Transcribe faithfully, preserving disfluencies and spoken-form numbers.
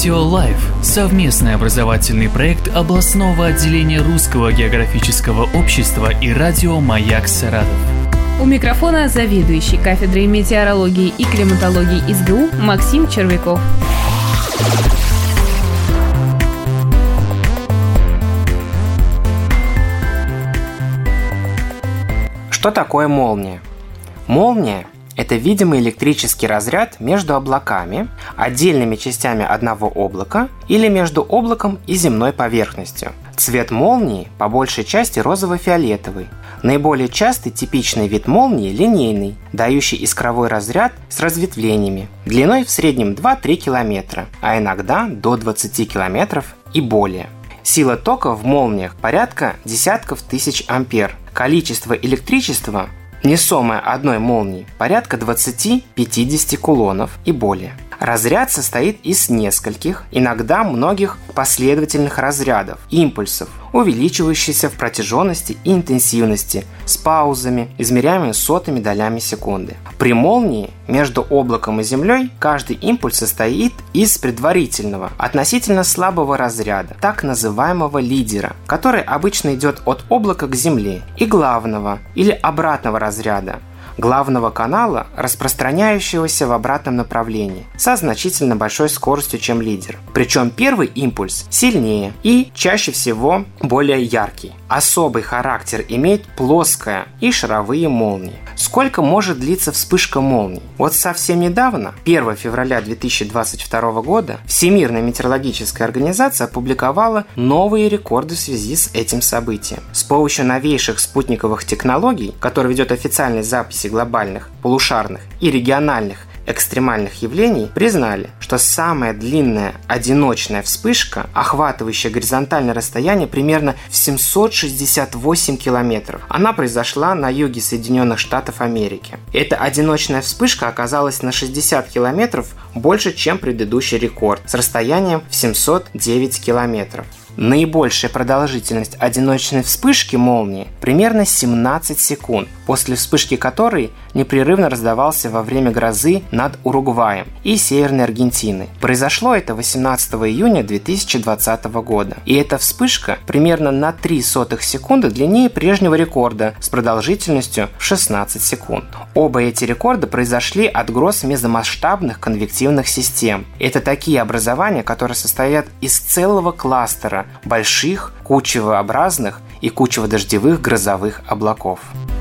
Радио Лайф – совместный образовательный проект областного отделения Русского географического общества и радио «Маяк Саратов». У микрофона заведующий кафедрой метеорологии и климатологии ИСГУ Максим Червяков. Что такое молния? Молния – это видимый электрический разряд между облаками, отдельными частями одного облака или между облаком и земной поверхностью. Цвет молнии по большей части розово-фиолетовый. Наиболее частый типичный вид молнии – линейный, дающий искровой разряд с разветвлениями, длиной в среднем два-три километра, а иногда до двадцати километров и более. Сила тока в молниях порядка десятков тысяч ампер. Количество электричества, несомое одной молнией, порядка двадцати-пятидесяти кулонов и более. Разряд состоит из нескольких, иногда многих последовательных разрядов, импульсов, увеличивающихся в протяженности и интенсивности, с паузами, измеряемыми сотыми долями секунды. При молнии между облаком и Землей каждый импульс состоит из предварительного, относительно слабого разряда, так называемого лидера, который обычно идет от облака к Земле, и главного или обратного разряда, главного канала, распространяющегося в обратном направлении, со значительно большой скоростью, чем лидер. Причем первый импульс сильнее и чаще всего более яркий. Особый характер имеет плоская и шаровые молнии. Сколько может длиться вспышка молний? Вот совсем недавно, первого февраля две тысячи двадцать второго года, Всемирная метеорологическая организация опубликовала новые рекорды в связи с этим событием. С помощью новейших спутниковых технологий, которые ведет официальной записи глобальных, полушарных и региональных экстремальных явлений, признали, что самая длинная одиночная вспышка, охватывающая горизонтальное расстояние примерно в семьсот шестьдесят восемь километров, она произошла на юге Соединенных Штатов Америки. Эта одиночная вспышка оказалась на шестьдесят километров больше, чем предыдущий рекорд, с расстоянием в семьсот девять километров. Наибольшая продолжительность одиночной вспышки молнии примерно семнадцать секунд, после вспышки которой непрерывно раздавался во время грозы над Уругваем и Северной Аргентиной. Произошло это восемнадцатого июня две тысячи двадцатого года. И эта вспышка примерно на три сотых секунды длиннее прежнего рекорда с продолжительностью в шестнадцать секунд. Оба эти рекорда произошли от гроз мезомасштабных конвективных систем. Это такие образования, которые состоят из целого кластера больших, кучевообразных и кучево-дождевых грозовых облаков.